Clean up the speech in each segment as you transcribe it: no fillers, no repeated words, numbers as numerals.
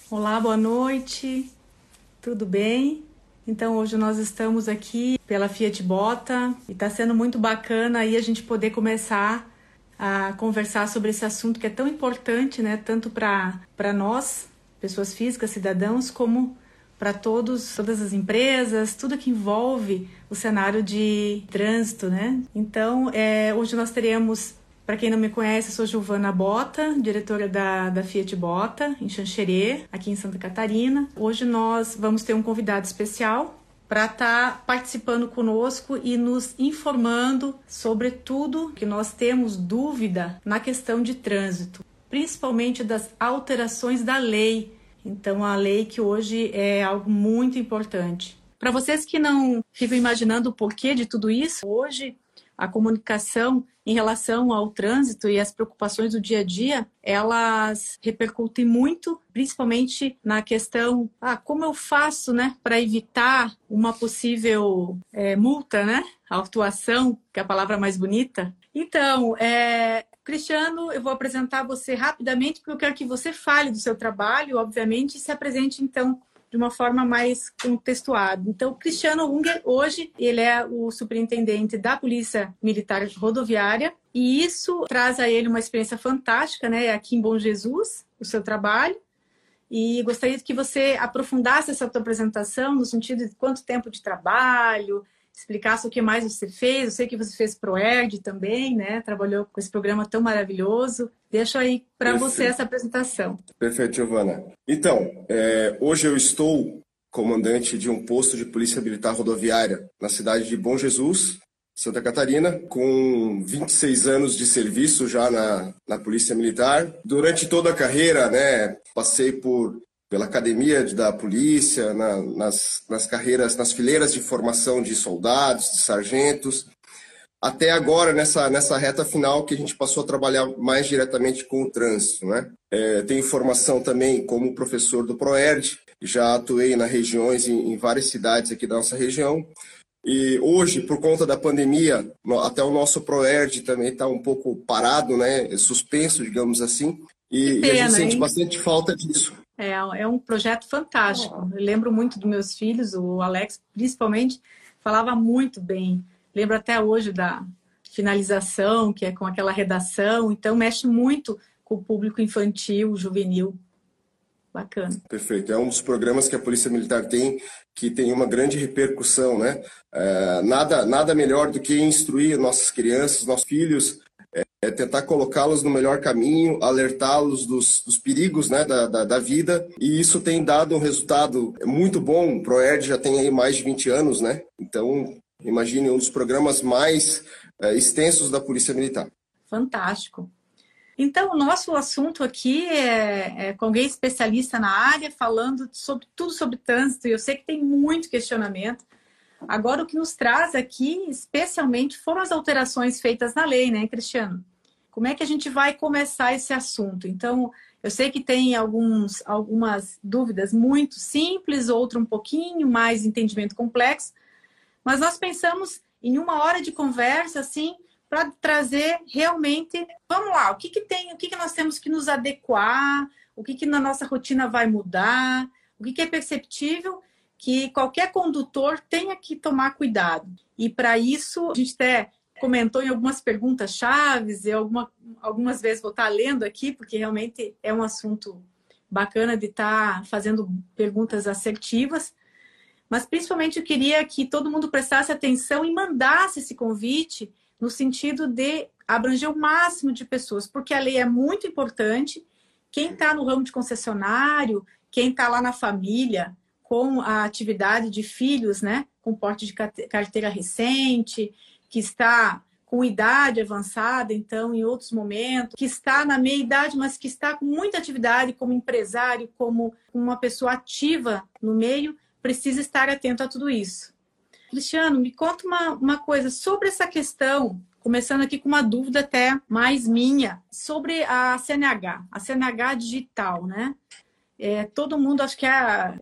Olá, boa noite, tudo bem? Então hoje nós estamos aqui pela Fiat Bota e está sendo muito bacana aí a gente poder começar a conversar sobre esse assunto que é tão importante, né? Tanto para nós, pessoas físicas, cidadãos, como para todas as empresas, tudo que envolve o cenário de trânsito, né? Então, hoje nós teremos, para quem não me conhece, eu sou Giovana Bota, diretora da Fiat Bota, em Xanxerê, aqui em Santa Catarina. Hoje nós vamos ter um convidado especial para estar participando conosco e nos informando sobre tudo que nós temos dúvida na questão de trânsito, principalmente das alterações da lei. Então, a lei que hoje é algo muito importante. Para vocês que não ficam imaginando o porquê de tudo isso, hoje a comunicação em relação ao trânsito e as preocupações do dia a dia, elas repercutem muito, principalmente na questão, como eu faço, né, para evitar uma possível multa, né, autuação, que é a palavra mais bonita. Então, Cristiano, eu vou apresentar você rapidamente, porque eu quero que você fale do seu trabalho, obviamente, e se apresente, então, de uma forma mais contextuada. Então, Cristiano Unger, hoje, ele é o superintendente da Polícia Militar Rodoviária, e isso traz a ele uma experiência fantástica, né? Aqui em Bom Jesus, o seu trabalho. E gostaria que você aprofundasse essa tua apresentação no sentido de quanto tempo de trabalho, explicasse o que mais você fez. Eu sei que você fez ProErd também, né? Trabalhou com esse programa tão maravilhoso. Deixo aí para você essa apresentação. Perfeito, Giovana. Então, hoje eu estou comandante de um posto de Polícia Militar Rodoviária na cidade de Bom Jesus, Santa Catarina, com 26 anos de serviço já na Polícia Militar. Durante toda a carreira, né, passei pela academia da polícia, nas carreiras, nas fileiras de formação de soldados, de sargentos, até agora nessa reta final que a gente passou a trabalhar mais diretamente com o trânsito, né? Tenho formação também como professor do ProErd, já atuei nas regiões, em várias cidades aqui da nossa região. E hoje, por conta da pandemia, até o nosso ProErd também está um pouco parado, né? Suspenso, digamos assim. Que pena, e a gente sente hein? bastante falta disso. É um projeto fantástico. Eu lembro muito dos meus filhos, o Alex principalmente, falava muito bem. Lembro até hoje da finalização, que é com aquela redação. Então, mexe muito com o público infantil, juvenil. Bacana. Perfeito. É um dos programas que a Polícia Militar tem, que tem uma grande repercussão, né? Nada melhor do que instruir nossas crianças, nossos filhos, tentar colocá-los no melhor caminho, alertá-los dos perigos, né, da vida, e isso tem dado um resultado muito bom. O ProErd já tem aí mais de 20 anos, né? Então, imagine, um dos programas mais extensos da Polícia Militar. Fantástico. Então, o nosso assunto aqui é com alguém especialista na área, falando sobre tudo sobre trânsito, e eu sei que tem muito questionamento. Agora, o que nos traz aqui, especialmente, foram as alterações feitas na lei, né, Cristiano? Como é que a gente vai começar esse assunto? Então, eu sei que tem algumas dúvidas muito simples, outra um pouquinho mais entendimento complexo, mas nós pensamos em uma hora de conversa, assim, para trazer realmente, vamos lá, o que nós temos que nos adequar, o que na nossa rotina vai mudar, o que é perceptível que qualquer condutor tenha que tomar cuidado. E para isso, a gente até comentou em algumas perguntas chaves, eu algumas vezes vou estar lendo aqui, porque realmente é um assunto bacana de estar fazendo perguntas assertivas, mas principalmente eu queria que todo mundo prestasse atenção e mandasse esse convite no sentido de abranger o máximo de pessoas, porque a lei é muito importante. Quem está no ramo de concessionário, quem está lá na família, com a atividade de filhos, né, com porte de carteira recente, que está com idade avançada, então, em outros momentos, que está na meia-idade, mas que está com muita atividade como empresário, como uma pessoa ativa no meio, precisa estar atento a tudo isso. Cristiano, me conta uma coisa sobre essa questão, começando aqui com uma dúvida até mais minha, sobre a CNH digital, né? Todo mundo, acho que é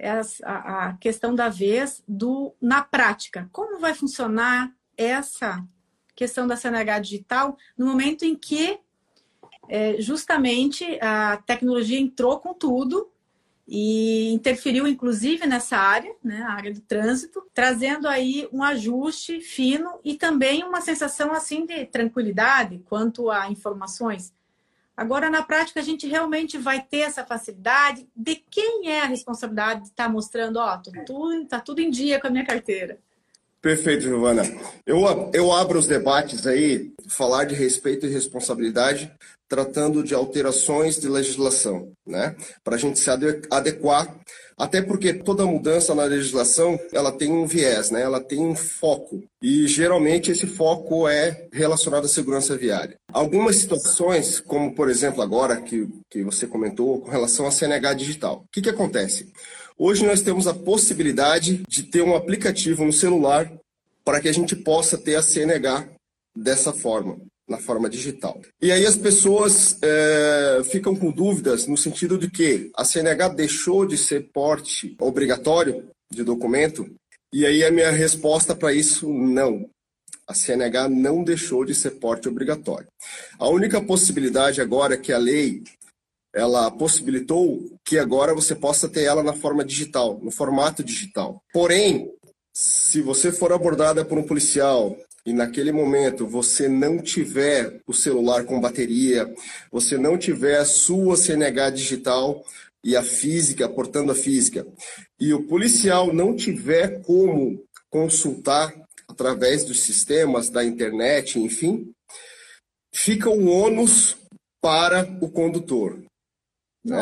a questão da vez na prática. Como vai funcionar essa questão da CNH digital no momento em que justamente a tecnologia entrou com tudo e interferiu inclusive nessa área, né, a área do trânsito, trazendo aí um ajuste fino e também uma sensação assim de tranquilidade quanto a informações. Agora, na prática, a gente realmente vai ter essa facilidade. De quem é a responsabilidade de estar mostrando, ó, tá tudo em dia com a minha carteira? Perfeito, Giovana. Eu abro os debates aí, falar de respeito e responsabilidade, tratando de alterações de legislação, né? Para a gente se adequar, até porque toda mudança na legislação, ela tem um viés, né? Ela tem um foco, e geralmente esse foco é relacionado à segurança viária. Algumas situações, como por exemplo agora que você comentou, com relação à CNH digital. O que acontece? Hoje nós temos a possibilidade de ter um aplicativo no celular para que a gente possa ter a CNH dessa forma, na forma digital. E aí as pessoas ficam com dúvidas no sentido de que a CNH deixou de ser porte obrigatório de documento, e aí a minha resposta para isso, não. A CNH não deixou de ser porte obrigatório. A única possibilidade agora é que a lei ela possibilitou que agora você possa ter ela na forma digital, no formato digital. Porém, se você for abordada por um policial e naquele momento você não tiver o celular com bateria, você não tiver a sua CNH digital e a física, portando a física, e o policial não tiver como consultar através dos sistemas da internet, enfim, fica um ônus para o condutor. Né?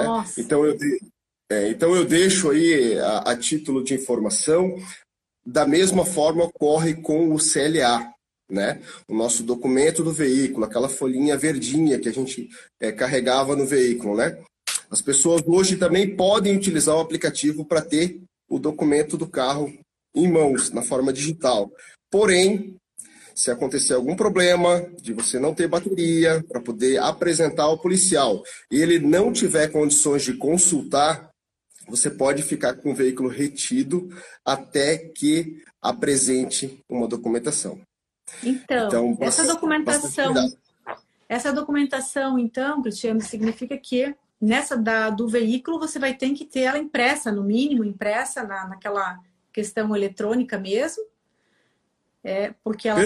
Então eu deixo aí a título de informação, da mesma forma ocorre com o CLA, né? O nosso documento do veículo, aquela folhinha verdinha que a gente carregava no veículo, né? As pessoas hoje também podem utilizar o aplicativo para ter o documento do carro em mãos, na forma digital. Porém, se acontecer algum problema de você não ter bateria para poder apresentar ao policial e ele não tiver condições de consultar, você pode ficar com o veículo retido até que apresente uma documentação. Então essa documentação, então, Cristiano, significa que nessa do veículo você vai ter que ter ela impressa, no mínimo, impressa naquela questão eletrônica mesmo. Porque ela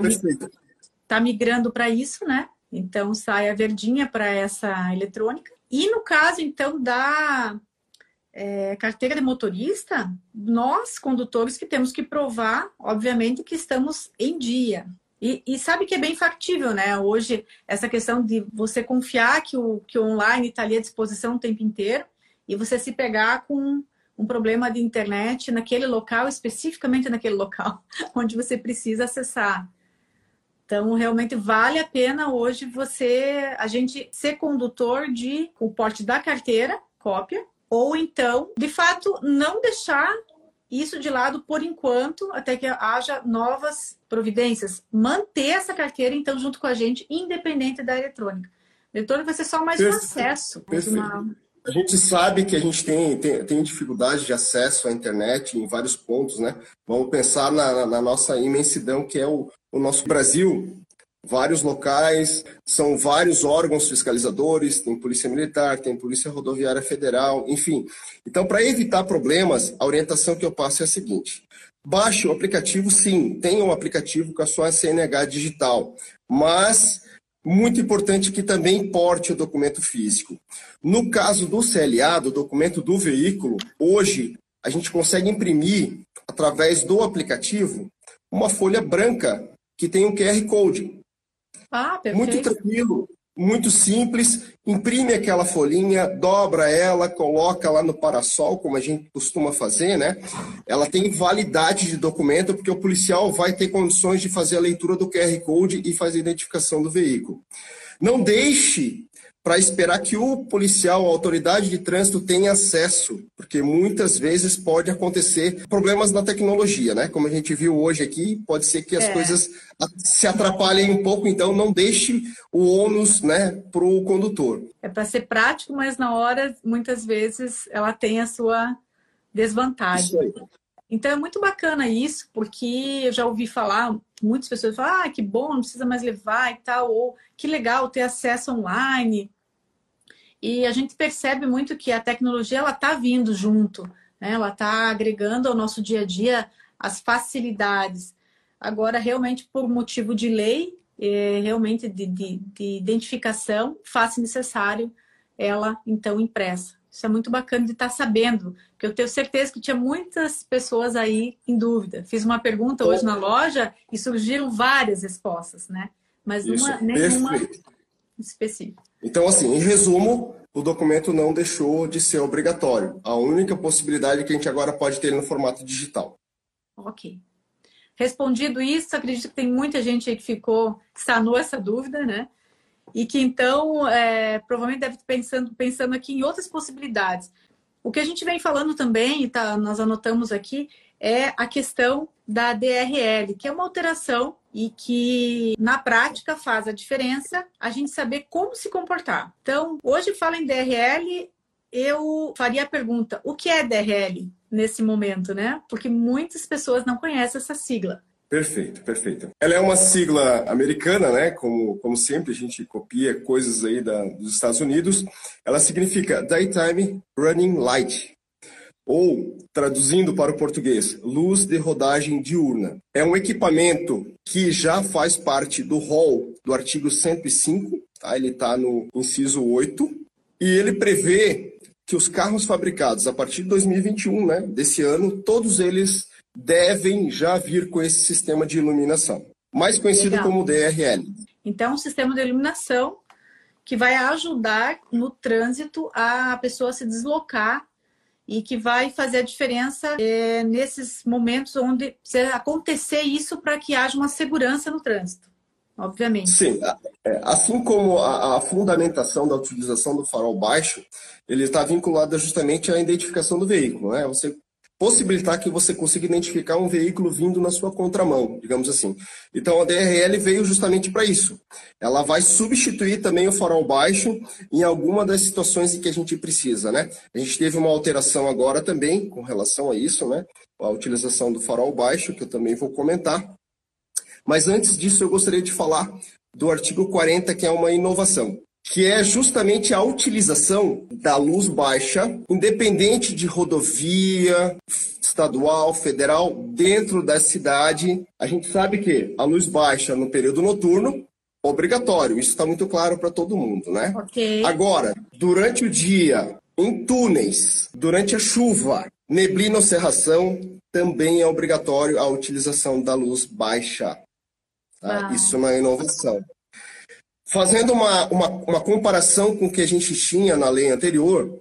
está migrando para isso, né? Então sai a verdinha para essa eletrônica. E no caso, então, da carteira de motorista, nós, condutores, que temos que provar, obviamente, que estamos em dia. E sabe que é bem factível, né? Hoje, essa questão de você confiar que o online está ali à disposição o tempo inteiro e você se pegar com um problema de internet naquele local, especificamente naquele local onde você precisa acessar. Então, realmente vale a pena hoje a gente ser condutor de o porte da carteira, cópia, ou então, de fato, não deixar isso de lado por enquanto, até que haja novas providências. Manter essa carteira, então, junto com a gente, independente da eletrônica. A eletrônica vai ser só mais um acesso. A gente sabe que a gente tem dificuldade de acesso à internet em vários pontos, né? Vamos pensar na nossa imensidão, que é o nosso Brasil. Vários locais, são vários órgãos fiscalizadores, tem Polícia Militar, tem Polícia Rodoviária Federal, enfim. Então, para evitar problemas, a orientação que eu passo é a seguinte. Baixe o aplicativo, sim, tenha um aplicativo com a sua CNH digital, mas muito importante que também porte o documento físico. No caso do CLA, do documento do veículo, hoje a gente consegue imprimir, através do aplicativo, uma folha branca que tem um QR Code. Perfeito. Muito tranquilo, muito simples. Imprime aquela folhinha, dobra ela, coloca lá no parasol, como a gente costuma fazer, né? Ela tem validade de documento, porque o policial vai ter condições de fazer a leitura do QR Code e fazer a identificação do veículo. Não deixe para esperar que o policial, a autoridade de trânsito, tenha acesso, porque muitas vezes pode acontecer problemas na tecnologia, né? Como a gente viu hoje aqui, pode ser que as coisas se atrapalhem um pouco, então não deixe o ônus, né, para o condutor. É para ser prático, mas na hora, muitas vezes, ela tem a sua desvantagem. Isso aí. Então é muito bacana isso, porque eu já ouvi falar, muitas pessoas falam, que bom, não precisa mais levar e tal, ou que legal ter acesso online. E a gente percebe muito que a tecnologia ela está vindo junto, né? Ela está agregando ao nosso dia a dia as facilidades. Agora, realmente, por motivo de lei, realmente de identificação, faz necessário ela, então, impressa. Isso é muito bacana de estar sabendo, porque eu tenho certeza que tinha muitas pessoas aí em dúvida. Fiz uma pergunta hoje na loja e surgiram várias respostas, né? Mas nenhuma específica. Então, assim, em resumo, o documento não deixou de ser obrigatório. A única possibilidade é que a gente agora pode ter ele no formato digital. Ok. Respondido isso, acredito que tem muita gente aí que sanou essa dúvida, né? E que então, provavelmente deve estar pensando aqui em outras possibilidades. O que a gente vem falando também, tá, nós anotamos aqui, é a questão da DRL, que é uma alteração e que, na prática, faz a diferença a gente saber como se comportar. Então, hoje fala em DRL, eu faria a pergunta, o que é DRL nesse momento, né? Porque muitas pessoas não conhecem essa sigla. Perfeito, perfeito. Ela é uma sigla americana, né? Como sempre, a gente copia coisas aí dos Estados Unidos. Ela significa Daytime Running Light, ou, traduzindo para o português, luz de rodagem diurna. É um equipamento que já faz parte do rol do artigo 105, tá? Ele está no inciso 8, e ele prevê que os carros fabricados a partir de 2021, né, desse ano, todos eles devem já vir com esse sistema de iluminação, mais conhecido como DRL. Então, um sistema de iluminação que vai ajudar no trânsito a pessoa se deslocar e que vai fazer a diferença nesses momentos onde precisa acontecer isso para que haja uma segurança no trânsito, obviamente. Sim, assim como a fundamentação da utilização do farol baixo, ele está vinculado justamente à identificação do veículo, né? Você possibilitar que você consiga identificar um veículo vindo na sua contramão, digamos assim. Então, a DRL veio justamente para isso. Ela vai substituir também o farol baixo em alguma das situações em que a gente precisa, né? A gente teve uma alteração agora também com relação a isso, né? A utilização do farol baixo, que eu também vou comentar. Mas antes disso, eu gostaria de falar do artigo 40, que é uma inovação, que é justamente a utilização da luz baixa, independente de rodovia, estadual, federal, dentro da cidade. A gente sabe que a luz baixa no período noturno, obrigatório, isso está muito claro para todo mundo, né? Okay. Agora, durante o dia, em túneis, durante a chuva, neblina ou cerração, também é obrigatório a utilização da luz baixa. Tá? Isso é uma inovação. Fazendo uma comparação com o que a gente tinha na lei anterior,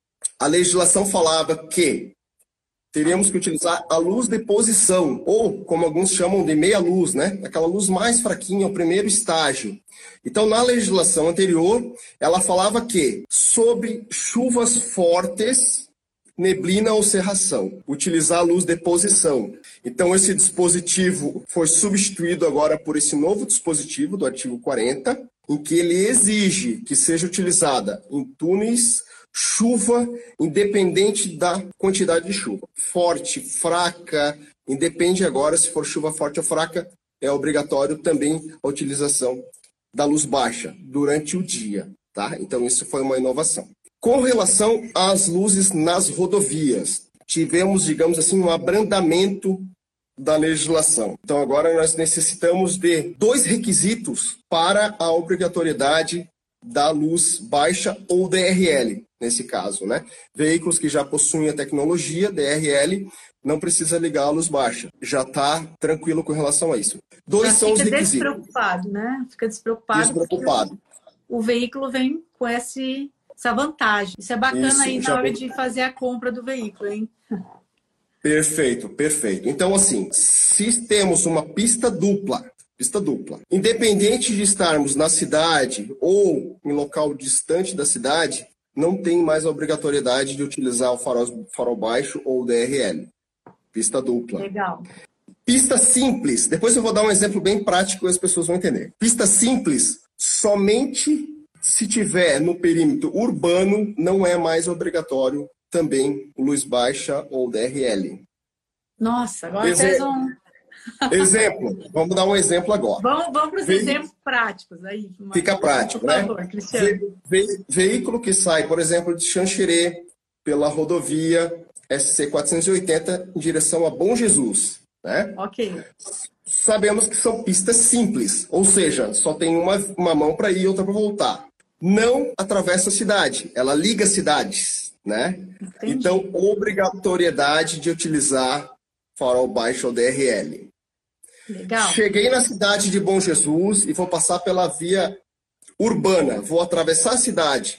a legislação falava que teríamos que utilizar a luz de posição, ou como alguns chamam de meia luz, né? Aquela luz mais fraquinha, o primeiro estágio. Então, na legislação anterior, ela falava que, sobre chuvas fortes, neblina ou cerração, utilizar a luz de posição. Então, esse dispositivo foi substituído agora por esse novo dispositivo do artigo 40, em que ele exige que seja utilizada em túneis, chuva, independente da quantidade de chuva. Forte, fraca, independe agora se for chuva forte ou fraca, é obrigatório também a utilização da luz baixa durante o dia, tá? Então, isso foi uma inovação. Com relação às luzes nas rodovias, tivemos, digamos assim, um abrandamento da legislação. Então, agora nós necessitamos de 2 requisitos para a obrigatoriedade da luz baixa ou DRL, nesse caso, né? Veículos que já possuem a tecnologia DRL, não precisa ligar a luz baixa. Já está tranquilo com relação a isso. 2 são os requisitos. Fica despreocupado, né? Fica despreocupado. O veículo vem com essa vantagem. Isso é bacana isso, aí na hora de fazer a compra do veículo, hein? Perfeito, perfeito. Então, assim, se temos uma pista dupla, independente de estarmos na cidade ou em local distante da cidade, não tem mais a obrigatoriedade de utilizar o farol baixo ou o DRL. Pista dupla. Legal. Pista simples, depois eu vou dar um exemplo bem prático e as pessoas vão entender. Pista simples, somente se tiver no perímetro urbano, não é mais obrigatório também luz baixa ou DRL. Nossa, agora fez um... Exemplo, vamos dar um exemplo agora. Vamos para os exemplos práticos aí. Fica prático, por favor, né? Cristiano. Veículo que sai, por exemplo, de Xanxerê, pela rodovia SC 480 em direção a Bom Jesus, né? Ok. Sabemos que são pistas simples, ou seja, só tem uma mão para ir e outra para voltar. Não atravessa a cidade, ela liga cidades, né? Entendi. Então, obrigatoriedade de utilizar farol baixo ou DRL. Legal. Cheguei na cidade de Bom Jesus e vou passar pela via urbana, vou atravessar a cidade.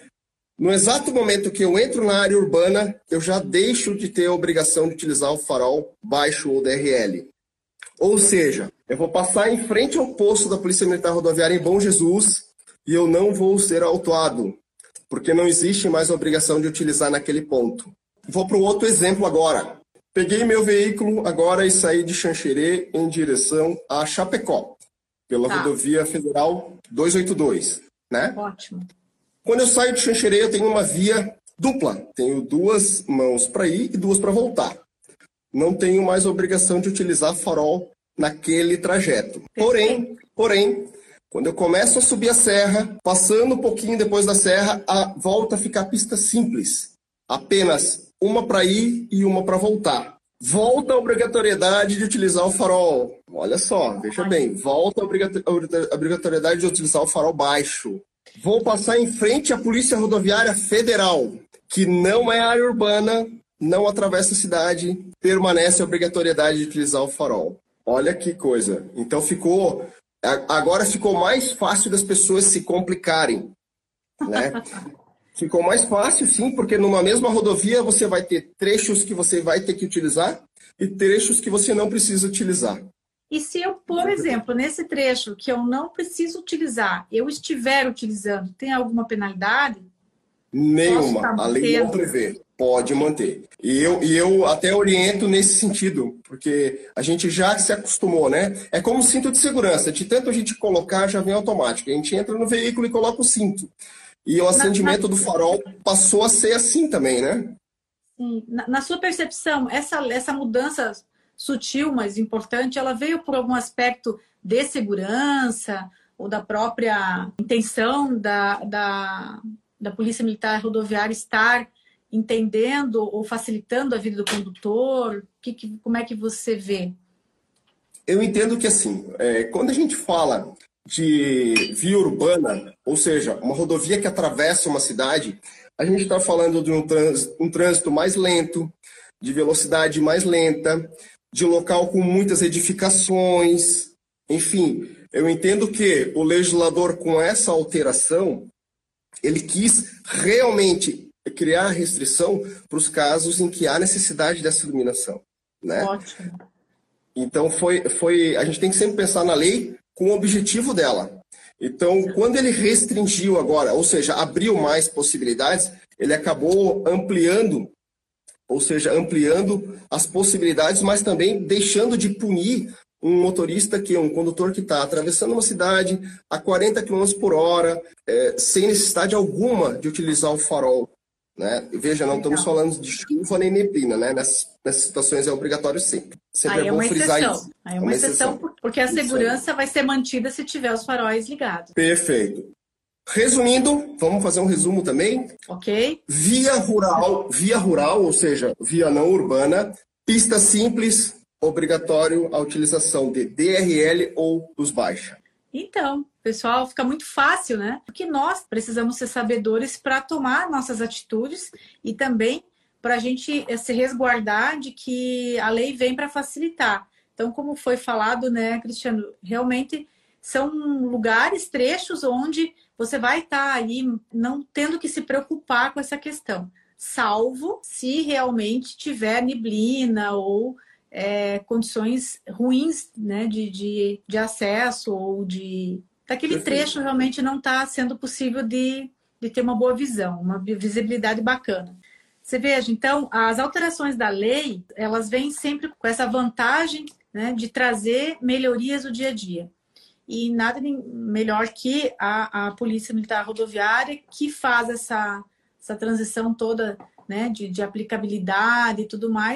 No exato momento que eu entro na área urbana, eu já deixo de ter a obrigação de utilizar o farol baixo ou DRL. Ou seja, eu vou passar em frente ao posto da Polícia Militar Rodoviária em Bom Jesus e eu não vou ser autuado, porque não existe mais a obrigação de utilizar naquele ponto. Vou para um outro exemplo agora. Peguei meu veículo agora e saí de Xanxerê em direção a Chapecó, pela rodovia federal 282, né? Ótimo. Quando eu saio de Xanxerê, eu tenho uma via dupla. Tenho duas mãos para ir e duas para voltar. Não tenho mais a obrigação de utilizar farol naquele trajeto. Porém, quando eu começo a subir a serra, passando um pouquinho depois da serra, volta a ficar pista simples. Apenas uma para ir e uma para voltar. Volta a obrigatoriedade de utilizar o farol. Olha só, veja bem. Volta a obrigatoriedade de utilizar o farol baixo. Vou passar em frente à Polícia Rodoviária Federal, que não é área urbana, não atravessa a cidade, permanece a obrigatoriedade de utilizar o farol. Olha que coisa. Então agora ficou mais fácil das pessoas se complicarem, né? Ficou mais fácil, sim, porque numa mesma rodovia você vai ter trechos que você vai ter que utilizar e trechos que você não precisa utilizar. E se eu, por exemplo, nesse trecho que eu não preciso utilizar, eu estiver utilizando, tem alguma penalidade? Nenhuma. A lei não prevê. Pode manter. E eu até oriento nesse sentido, porque a gente já se acostumou, né? É como o cinto de segurança. De tanto a gente colocar, já vem automático. A gente entra no veículo e coloca o cinto. E o acendimento do farol passou a ser assim também, né? Sim. Na sua percepção, essa mudança sutil, mas importante, ela veio por algum aspecto de segurança ou da própria intenção da Polícia Militar Rodoviária estar entendendo ou facilitando a vida do condutor? Como é que você vê? Eu entendo que, assim, quando a gente fala de via urbana, ou seja, uma rodovia que atravessa uma cidade, a gente está falando de um trânsito mais lento, de velocidade mais lenta, de local com muitas edificações. Enfim, eu entendo que o legislador, com essa alteração, ele quis realmente criar restrição para os casos em que há necessidade dessa iluminação, né? Ótimo. Então, a gente tem que sempre pensar na lei com o objetivo dela. Então, quando ele restringiu agora, ou seja, abriu mais possibilidades, ele acabou ampliando, ou seja, ampliando as possibilidades, mas também deixando de punir um motorista um condutor que está atravessando uma cidade a 40 km por hora, sem necessidade alguma de utilizar o farol, né? Veja, não estamos falando de chuva nem neblina, né? Nessas situações é obrigatório sempre. Sempre Aí é bom frisar exceção. isso. Aí é uma exceção, porque a segurança vai ser mantida se tiver os faróis ligados. Perfeito. Resumindo, vamos fazer um resumo também. Ok. Via rural, ou seja, via não urbana, pista simples, obrigatório a utilização de DRL ou dos baixa. Então, pessoal, fica muito fácil, né? Porque nós precisamos ser sabedores para tomar nossas atitudes e também para a gente se resguardar de que a lei vem para facilitar. Então, como foi falado, né, Cristiano, realmente são lugares, trechos onde você vai estar ali não tendo que se preocupar com essa questão, salvo se realmente tiver neblina ou condições ruins, né, de acesso ou daquele trecho realmente não está sendo possível de ter uma boa visão, uma visibilidade bacana. Você veja, então, as alterações da lei, elas vêm sempre com essa vantagem, né, de trazer melhorias no dia a dia. E nada melhor que a Polícia Militar Rodoviária, que faz essa transição toda, né, de aplicabilidade e tudo mais,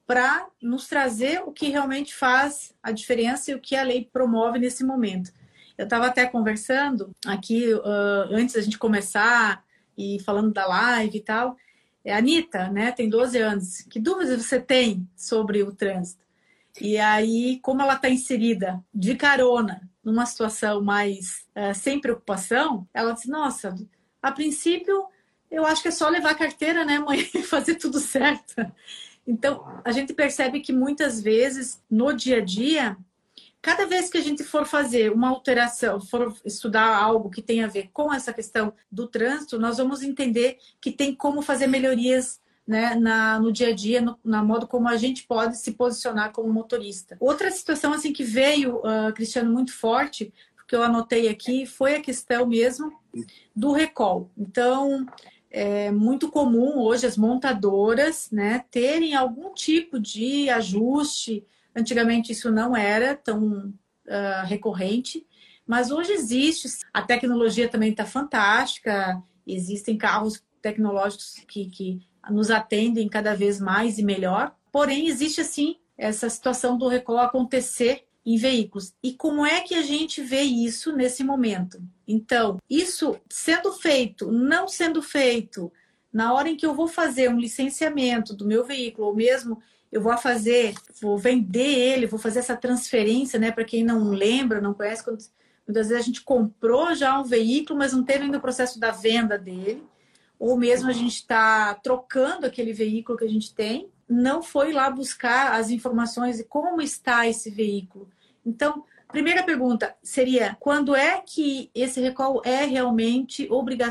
para nos trazer o que realmente faz a diferença e o que a lei promove nesse momento. Eu estava até conversando aqui, antes da gente começar, e falando da live e tal. A Anitta, né, tem 12 anos. Que dúvidas você tem sobre o trânsito? E aí, como ela está inserida de carona numa situação mais sem preocupação, ela disse, nossa, a princípio, eu acho que é só levar a carteira, né, mãe, e fazer tudo certo. Então, a gente percebe que muitas vezes, no dia a dia, cada vez que a gente for fazer uma alteração, for estudar algo que tem a ver com essa questão do trânsito, nós vamos entender que tem como fazer melhorias, né, no dia a dia, na modo como a gente pode se posicionar como motorista. Outra situação assim que veio, Cristiano, muito forte, que eu anotei aqui, foi a questão mesmo do recall. Então, é muito comum hoje as montadoras, né, terem algum tipo de ajuste. Antigamente isso não era tão recorrente, mas hoje existe. A tecnologia também está fantástica, existem carros tecnológicos que nos atendem cada vez mais e melhor. Porém, existe assim essa situação do recall acontecer em veículos. E como é que a gente vê isso nesse momento? Então, isso sendo feito, não sendo feito, na hora em que eu vou fazer um licenciamento do meu veículo, ou mesmo eu vou vender ele, vou fazer essa transferência, né? Para quem não lembra, não conhece, muitas vezes a gente comprou já um veículo, mas não teve ainda o processo da venda dele, ou mesmo a gente está trocando aquele veículo que a gente tem, não foi lá buscar as informações de como está esse veículo. Então, primeira pergunta seria, quando é que esse recall é realmente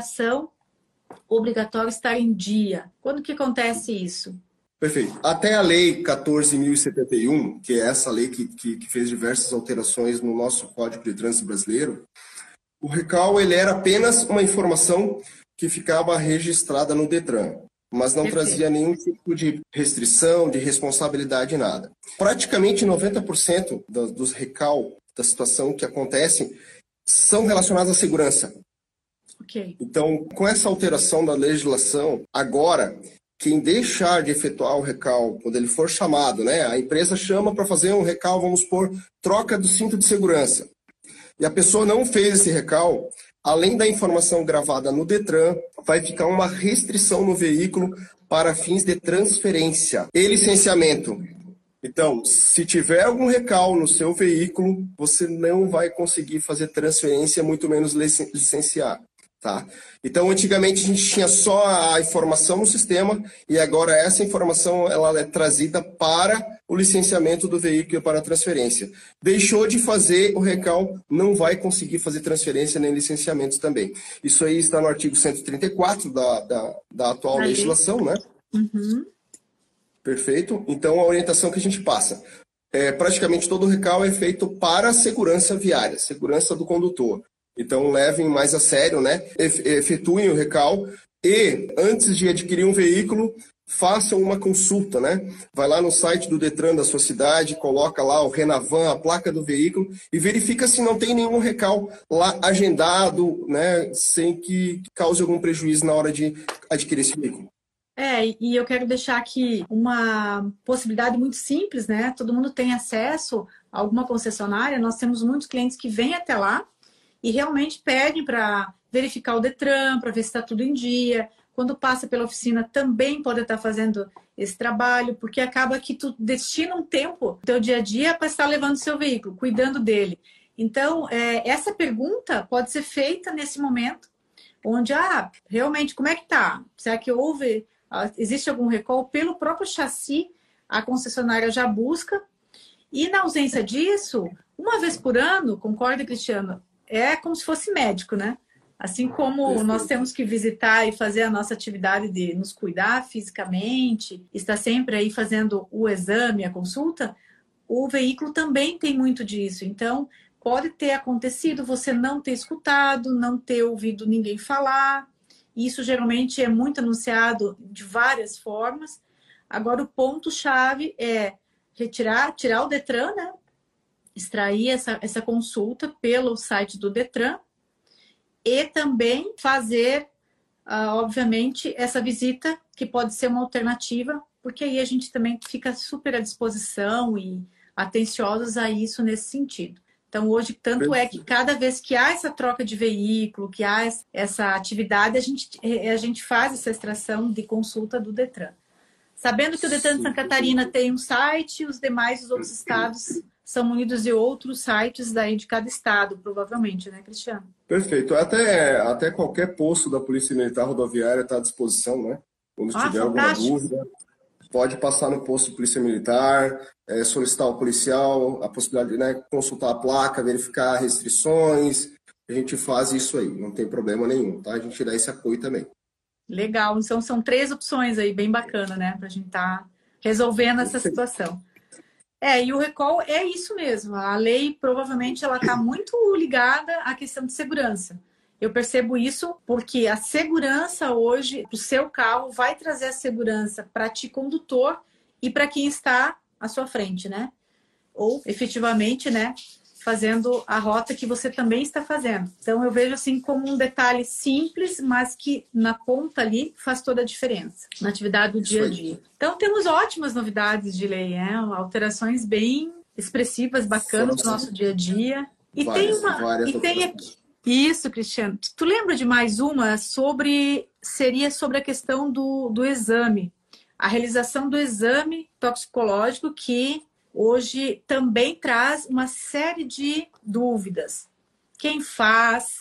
obrigatório estar em dia? Quando que acontece isso? Perfeito. Até a Lei 14.071, que é essa lei que fez diversas alterações no nosso Código de Trânsito brasileiro, o recall ele era apenas uma informação que ficava registrada no Detran, mas não trazia nenhum tipo de restrição, de responsabilidade, nada. Praticamente 90% dos recall, da situação que acontece, são relacionados à segurança. Okay. Então, com essa alteração da legislação, agora, quem deixar de efetuar o recall, quando ele for chamado, né, a empresa chama para fazer um recall, vamos supor, troca do cinto de segurança, e a pessoa não fez esse recall, além da informação gravada no Detran, vai ficar uma restrição no veículo para fins de transferência e licenciamento. Então, se tiver algum recall no seu veículo, você não vai conseguir fazer transferência, muito menos licenciar. Tá? Então, antigamente a gente tinha só a informação no sistema e agora essa informação ela é trazida para o licenciamento do veículo e para a transferência. Deixou de fazer o recall, não vai conseguir fazer transferência nem licenciamentos também. Isso aí está no artigo 134 da atual legislação, né? Uhum. Perfeito. Então, a orientação que a gente passa. Praticamente todo o recall é feito para a segurança viária, segurança do condutor. Então, levem mais a sério, né? Efetuem o recall e, antes de adquirir um veículo, façam uma consulta, né? Vai lá no site do Detran da sua cidade, coloca lá o Renavan, a placa do veículo e verifica se não tem nenhum recall lá agendado, né? Sem que cause algum prejuízo na hora de adquirir esse veículo. E eu quero deixar aqui uma possibilidade muito simples, né? Todo mundo tem acesso a alguma concessionária. Nós temos muitos clientes que vêm até lá e realmente pedem para verificar o Detran, para ver se está tudo em dia. Quando passa pela oficina, também pode estar fazendo esse trabalho, porque acaba que tu destina um tempo do teu dia a dia para estar levando o seu veículo, cuidando dele. Então, essa pergunta pode ser feita nesse momento, onde, realmente, como é que está? Será que existe algum recall? Pelo próprio chassi, a concessionária já busca. E na ausência disso, uma vez por ano, concorda, Cristiano? É como se fosse médico, né? Assim como nós temos que visitar e fazer a nossa atividade de nos cuidar fisicamente, estar sempre aí fazendo o exame, a consulta, o veículo também tem muito disso. Então, pode ter acontecido você não ter escutado, não ter ouvido ninguém falar. Isso geralmente é muito anunciado de várias formas. Agora, o ponto-chave é tirar o Detran, né? Extrair essa consulta pelo site do Detran e também fazer, obviamente, essa visita, que pode ser uma alternativa porque aí a gente também fica super à disposição e atenciosos a isso nesse sentido. Então, hoje, tanto é que cada vez que há essa troca de veículo, que há essa atividade, a gente faz essa extração de consulta do Detran. Sabendo que o Detran de Santa Catarina tem um site, os demais, os outros estados, são munidos de outros sites daí de cada estado, provavelmente, né, Cristiano? Perfeito. Até qualquer posto da Polícia Militar Rodoviária está à disposição, né? Quando tiver alguma dúvida, pode passar no posto de Polícia Militar, solicitar ao policial, a possibilidade de, né, consultar a placa, verificar restrições. A gente faz isso aí, não tem problema nenhum, tá? A gente dá esse apoio também. Legal. Então, são 3 opções aí, bem bacana, né? Para a gente estar resolvendo essa situação. E o recall é isso mesmo. A lei, provavelmente, ela está muito ligada à questão de segurança. Eu percebo isso porque a segurança hoje, o seu carro vai trazer a segurança para ti, condutor, e para quem está à sua frente, né? Ou, efetivamente, né, fazendo a rota que você também está fazendo. Então, eu vejo assim como um detalhe simples, mas que na ponta ali faz toda a diferença na atividade do dia a dia. Então, temos ótimas novidades de lei, alterações bem expressivas, bacanas para o nosso dia a dia. E tem aqui. Isso, Cristiano. Tu lembra de mais uma seria sobre a questão do exame, a realização do exame toxicológico, que hoje também traz uma série de dúvidas. Quem faz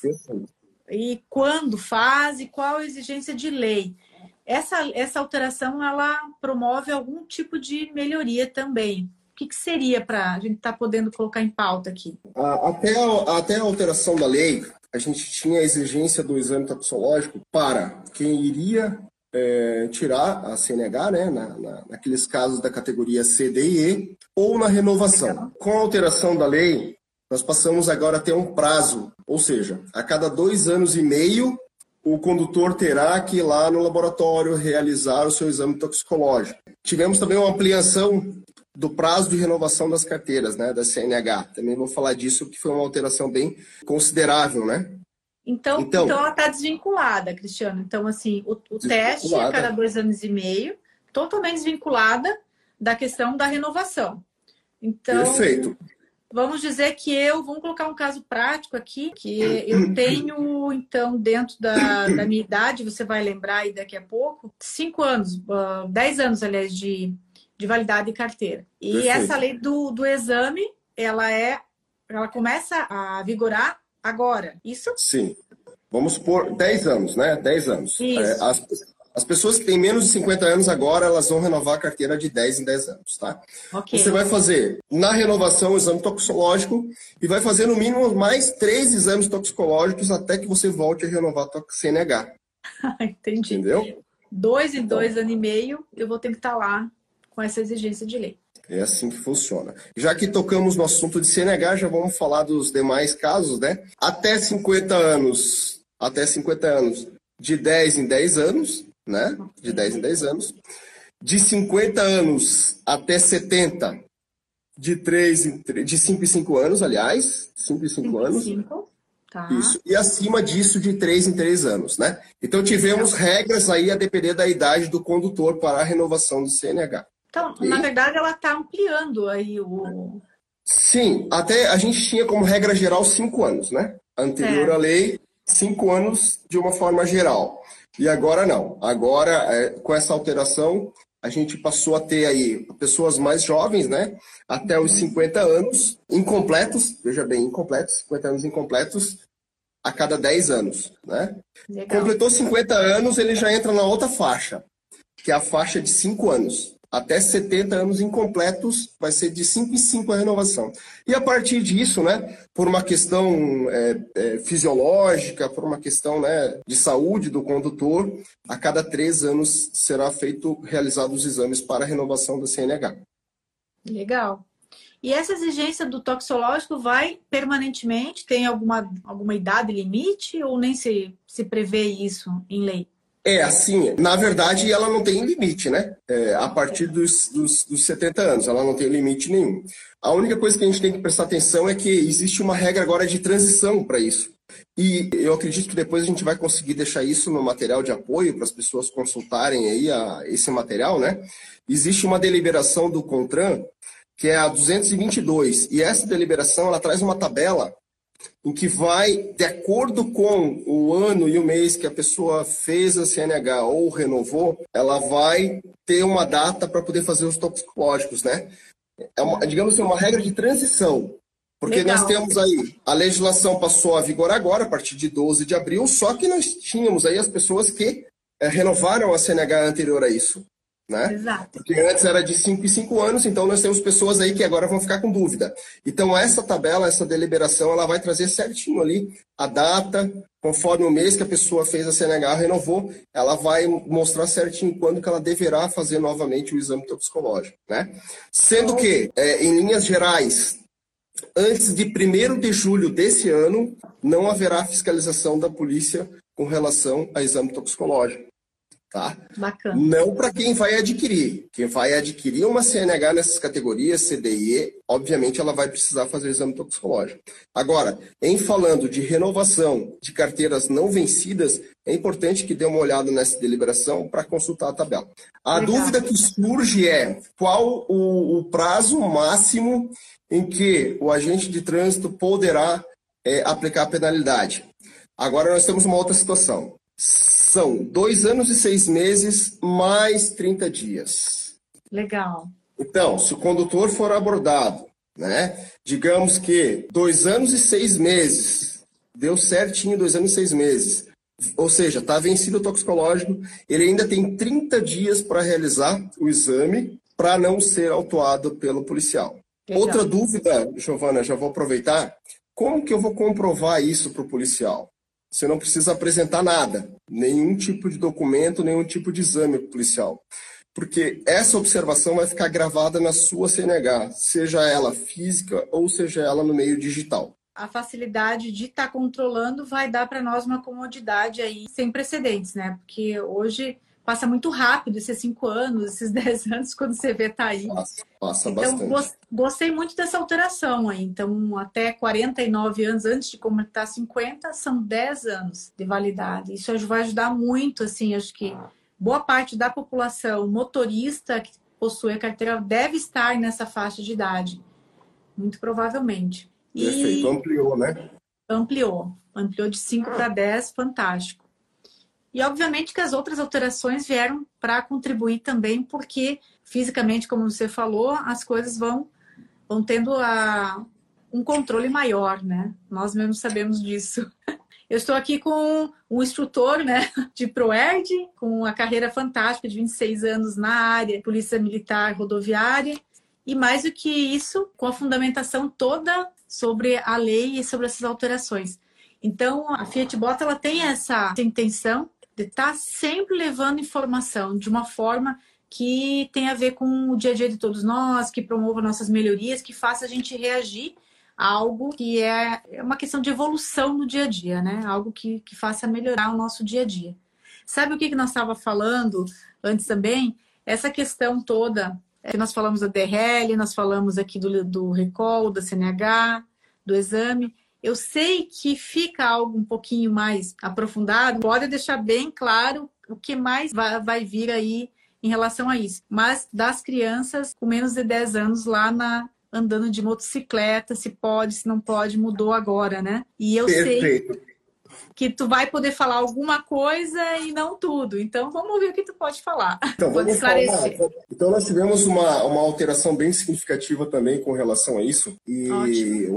e quando faz e qual a exigência de lei. Essa alteração, ela promove algum tipo de melhoria também. O que seria para a gente estar podendo colocar em pauta aqui? Até a alteração da lei, a gente tinha a exigência do exame toxicológico para quem iria tirar a CNH, né, naqueles casos da categoria C, D e E, ou na renovação. Com a alteração da lei, nós passamos agora a ter um prazo, ou seja, a cada 2 anos e meio, o condutor terá que ir lá no laboratório realizar o seu exame toxicológico. Tivemos também uma ampliação do prazo de renovação das carteiras, né, da CNH. Também vou falar disso, que foi uma alteração bem considerável, né? Então ela está desvinculada, Cristiano. Então, assim, o teste a cada 2 anos e meio, totalmente desvinculada da questão da renovação. Então, perfeito. Vamos dizer que vamos colocar um caso prático aqui, que eu tenho, então, dentro da minha idade, você vai lembrar aí daqui a pouco, 5 anos, 10 anos, aliás, de validade de carteira. E perfeito. Essa lei do exame, ela começa a vigorar agora. Isso? Sim. Vamos supor 10 anos, né? 10 anos. Isso. As pessoas que têm menos de 50 anos agora, elas vão renovar a carteira de 10 em 10 anos, tá? Okay. Você vai fazer, na renovação, o exame toxicológico e vai fazer, no mínimo, mais 3 exames toxicológicos até que você volte a renovar a CNH. Entendi. Entendeu? 2 em 2 anos e meio, eu vou ter que estar lá com essa exigência de lei. É assim que funciona. Já que tocamos no assunto de CNH, já vamos falar dos demais casos, né? Até 50 anos, de 10 em 10 anos, né? De 10 em 10 anos. De 50 anos até 70, de 5 em 5 anos, aliás. 5 em 5 anos. 5, tá. Isso. E acima disso, de 3 em 3 anos, né? Então, tivemos regras aí a depender da idade do condutor para a renovação do CNH. Então, na verdade, ela está ampliando aí Sim, até a gente tinha como regra geral 5 anos, né? Anterior à lei, 5 anos de uma forma geral. E agora não. Agora, com essa alteração, a gente passou a ter aí pessoas mais jovens, né? Até os 50 anos, incompletos, veja bem, incompletos, 50 anos incompletos, a cada 10 anos, né? Legal. Completou 50 anos, ele já entra na outra faixa, que é a faixa de 5 anos. Até 70 anos incompletos, vai ser de 5 em 5 a renovação. E a partir disso, né, por uma questão fisiológica, por uma questão, né, de saúde do condutor, a cada 3 anos será realizados os exames para a renovação da CNH. Legal. E essa exigência do toxicológico vai permanentemente? Tem alguma idade limite ou nem se prevê isso em lei? Assim, na verdade, ela não tem limite, né? A partir dos 70 anos, ela não tem limite nenhum. A única coisa que a gente tem que prestar atenção é que existe uma regra agora de transição para isso. E eu acredito que depois a gente vai conseguir deixar isso no material de apoio para as pessoas consultarem aí esse material, né? Existe uma deliberação do CONTRAN, que é a 222, e essa deliberação ela traz uma tabela em que vai, de acordo com o ano e o mês que a pessoa fez a CNH ou renovou, ela vai ter uma data para poder fazer os toxicológicos, né? Digamos assim, uma regra de transição. Porque Legal. Nós temos aí, a legislação passou a vigor agora, a partir de 12 de abril, só que nós tínhamos aí as pessoas que renovaram a CNH anterior a isso, né? Exato. Porque antes era de 5 em 5 anos, então nós temos pessoas aí que agora vão ficar com dúvida. Então essa tabela, essa deliberação, ela vai trazer certinho ali a data, conforme o mês que a pessoa fez a CNH, renovou, ela vai mostrar certinho quando que ela deverá fazer novamente o exame toxicológico, né? Sendo que, em linhas gerais, antes de 1º de julho desse ano, não haverá fiscalização da polícia com relação a exame toxicológico. Tá? Bacana. Não para quem vai adquirir. Quem vai adquirir uma CNH nessas categorias, C, D e E, obviamente ela vai precisar fazer o exame toxicológico. Agora, em falando de renovação de carteiras não vencidas, é importante que dê uma olhada nessa deliberação para consultar a tabela. A Legal. dúvida que surge é qual o prazo máximo em que o agente de trânsito poderá aplicar a penalidade. Agora nós temos uma outra situação. São 2 anos e 6 meses mais 30 dias. Legal. Então, se o condutor for abordado, né, digamos que 2 anos e 6 meses, deu certinho 2 anos e 6 meses, ou seja, está vencido o toxicológico, ele ainda tem 30 dias para realizar o exame para não ser autuado pelo policial. Legal. Outra dúvida, Giovana, já vou aproveitar, como que eu vou comprovar isso para o policial? Você não precisa apresentar nada, nenhum tipo de documento, nenhum tipo de exame policial. Porque essa observação vai ficar gravada na sua CNH, seja ela física ou seja ela no meio digital. A facilidade de estar controlando vai dar para nós uma comodidade aí sem precedentes, né? Porque hoje passa muito rápido esses 5 anos, esses 10 anos, quando você vê tá aí. Passa então, bastante. Gostei muito dessa alteração aí. Então, até 49 anos antes de completar 50, são 10 anos de validade. Isso vai ajudar muito, assim, acho que boa parte da população motorista que possui a carteira deve estar nessa faixa de idade. Muito provavelmente. Perfeito, ampliou, né? Ampliou de 5 para 10, fantástico. E, obviamente, que as outras alterações vieram para contribuir também, porque, fisicamente, como você falou, as coisas vão tendo um controle maior, né? Nós mesmos sabemos disso. Eu estou aqui com um instrutor, né, de ProERD, com uma carreira fantástica de 26 anos na área, Polícia Militar Rodoviária, e mais do que isso, com a fundamentação toda sobre a lei e sobre essas alterações. Então, a Fiat Bota, ela tem essa intenção de estar sempre levando informação de uma forma que tem a ver com o dia a dia de todos nós, que promova nossas melhorias, que faça a gente reagir a algo que é uma questão de evolução no dia a dia, né? Algo que faça melhorar o nosso dia a dia. Sabe o que nós estávamos falando antes também? Essa questão toda, que nós falamos da DRL, nós falamos aqui do recall, da CNH, do exame. Eu sei que fica algo um pouquinho mais aprofundado, pode deixar bem claro o que mais vai vir aí em relação a isso. Mas das crianças com menos de 10 anos lá andando de motocicleta, se pode, se não pode, mudou agora, né? E eu Perfeito. sei que tu vai poder falar alguma coisa e não tudo. Então, vamos ver o que tu pode falar. Então, pode esclarecer. Então, nós tivemos uma alteração bem significativa também com relação a isso. E Ótimo.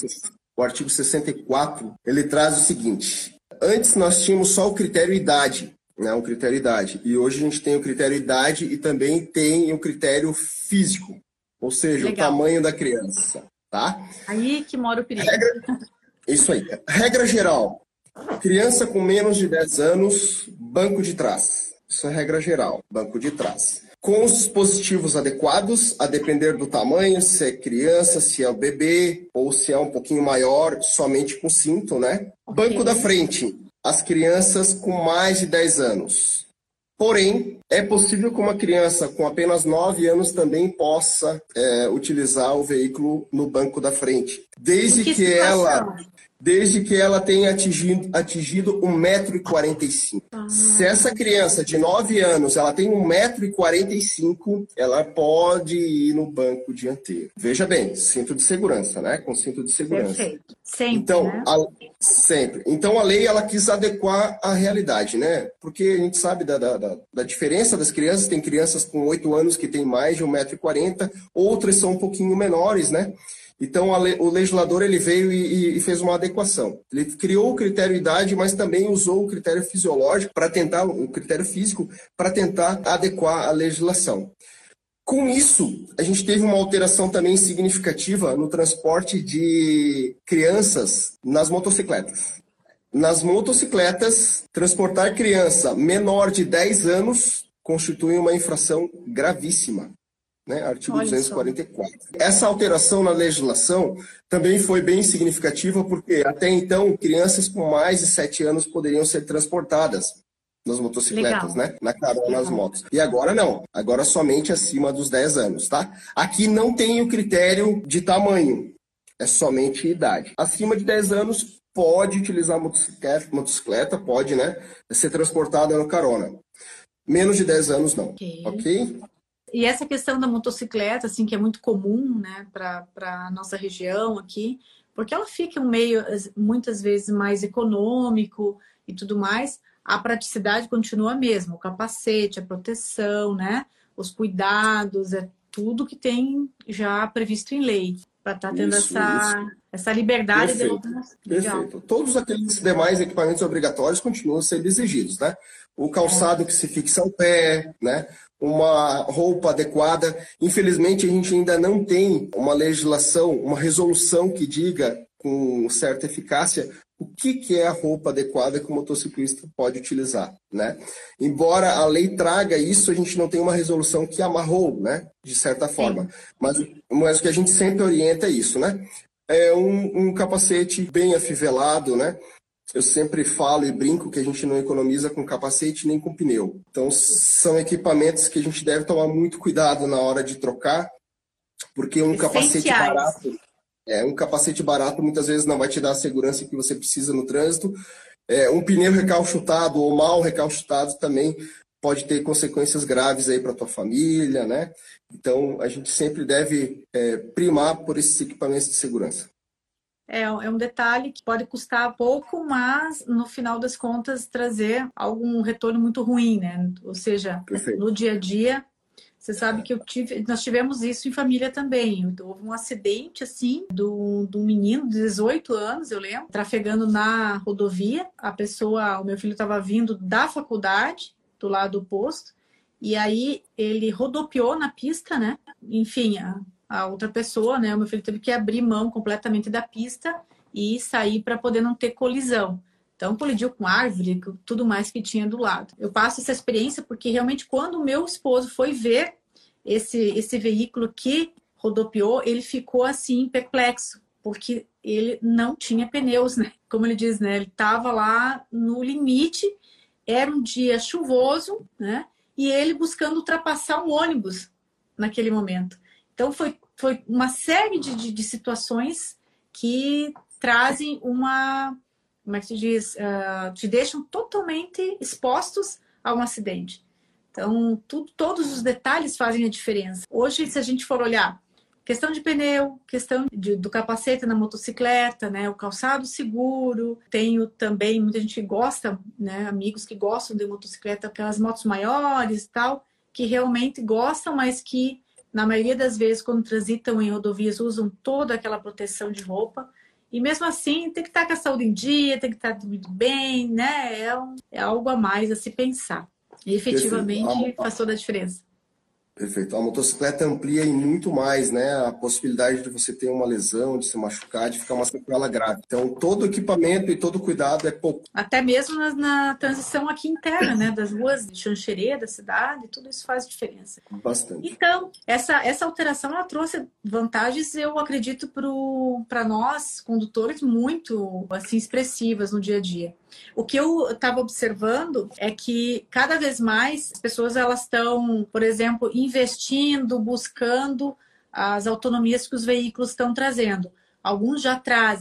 o artigo 64, ele traz o seguinte. Antes nós tínhamos só o critério idade, né? O critério idade. E hoje a gente tem o critério idade e também tem o critério físico. Ou seja, Legal. o tamanho da criança, tá? Aí que mora o perigo. Isso aí. Regra geral. Criança com menos de 10 anos, banco de trás. Isso é regra geral, banco de trás. Com os dispositivos adequados, a depender do tamanho, se é criança, se é o bebê, ou se é um pouquinho maior, somente com cinto, né? Okay. Banco da frente, as crianças com mais de 10 anos. Porém, é possível que uma criança com apenas 9 anos também possa utilizar o veículo no banco da frente. Desde que ela desde que ela tenha atingido 1,45 m. Se essa criança de 9 anos ela tem 1,45 m, ela pode ir no banco dianteiro. Veja bem, cinto de segurança, né? Com cinto de segurança. Perfeito. Sempre, então, né? Sempre. Então, a lei ela quis adequar à realidade, né? Porque a gente sabe da diferença das crianças. Tem crianças com 8 anos que têm mais de 1,40 m, outras são um pouquinho menores, né? Então, o legislador ele veio e fez uma adequação. Ele criou o critério idade, mas também usou o critério fisiológico para tentar, o critério físico, para tentar adequar a legislação. Com isso, a gente teve uma alteração também significativa no transporte de crianças nas motocicletas. Nas motocicletas, transportar criança menor de 10 anos constitui uma infração gravíssima. Né? Artigo 244. Essa alteração na legislação também foi bem significativa, porque até então crianças com mais de 7 anos poderiam ser transportadas nas motocicletas, né? Na carona, nas motos. E agora não. Agora somente acima dos 10 anos, tá? Aqui não tem o critério de tamanho. É somente idade. Acima de 10 anos pode utilizar motocicleta, pode, né? Ser transportada no carona. Menos de 10 anos não. Ok? E essa questão da motocicleta, assim, que é muito comum, né, para a nossa região aqui, porque ela fica um meio, muitas vezes, mais econômico e tudo mais, a praticidade continua a mesma, o capacete, a proteção, né, os cuidados, é tudo que tem já previsto em lei, para estar tendo essa liberdade de locomoção. Perfeito. Todos aqueles demais equipamentos obrigatórios continuam sendo exigidos, né? O calçado que se fixa ao pé, né? Uma roupa adequada. Infelizmente, a gente ainda não tem uma legislação, uma resolução que diga com certa eficácia o que é a roupa adequada que o motociclista pode utilizar, né? Embora a lei traga isso, a gente não tem uma resolução que amarrou, né? De certa forma. Mas o que a gente sempre orienta é isso, né? É um capacete bem afivelado, né? Eu sempre falo e brinco que a gente não economiza com capacete nem com pneu. Então, são equipamentos que a gente deve tomar muito cuidado na hora de trocar, porque um capacete barato muitas vezes não vai te dar a segurança que você precisa no trânsito. Um pneu recalchutado ou mal recalchutado também pode ter consequências graves aí para a tua família, né? Então, a gente sempre deve primar por esses equipamentos de segurança. É um detalhe que pode custar pouco, mas no final das contas trazer algum retorno muito ruim, né? Ou seja, Perfeito. No dia a dia, você sabe que nós tivemos isso em família também. Houve um acidente, assim, de um menino de 18 anos, eu lembro, trafegando na rodovia. O meu filho estava vindo da faculdade, do lado do posto, e aí ele rodopiou na pista, né? Enfim, a outra pessoa, né? O meu filho teve que abrir mão completamente da pista e sair para poder não ter colisão. Então, colidiu com árvore, com tudo mais que tinha do lado. Eu passo essa experiência porque realmente quando o meu esposo foi ver esse veículo que rodopiou, ele ficou assim perplexo, porque ele não tinha pneus, né? Como ele diz, né? Ele estava lá no limite, era um dia chuvoso, né? E ele buscando ultrapassar um ônibus naquele momento. Então, foi uma série de situações que trazem como é que se diz? Te deixam totalmente expostos a um acidente. Então, todos os detalhes fazem a diferença. Hoje, se a gente for olhar, questão de pneu, questão do capacete na motocicleta, né? O calçado seguro. Tenho também, muita gente que gosta, né? Amigos que gostam de motocicleta, aquelas motos maiores e tal, que realmente gostam, mas que na maioria das vezes, quando transitam em rodovias, usam toda aquela proteção de roupa. E mesmo assim, tem que estar com a saúde em dia, tem que estar tudo bem, né? É algo a mais a se pensar. E efetivamente faz toda a diferença. Perfeito. A motocicleta amplia e muito mais, né? A possibilidade de você ter uma lesão, de se machucar, de ficar uma sequela grave. Então, todo equipamento e todo cuidado é pouco. Até mesmo na transição aqui interna, né? Das ruas de Xanxerê, da cidade, tudo isso faz diferença. Bastante. Então, essa alteração, ela trouxe vantagens, eu acredito, para nós, condutores, muito, assim, expressivas no dia a dia. O que eu estava observando é que cada vez mais as pessoas elas estão, por exemplo, investindo, buscando as autonomias que os veículos estão trazendo. Alguns já trazem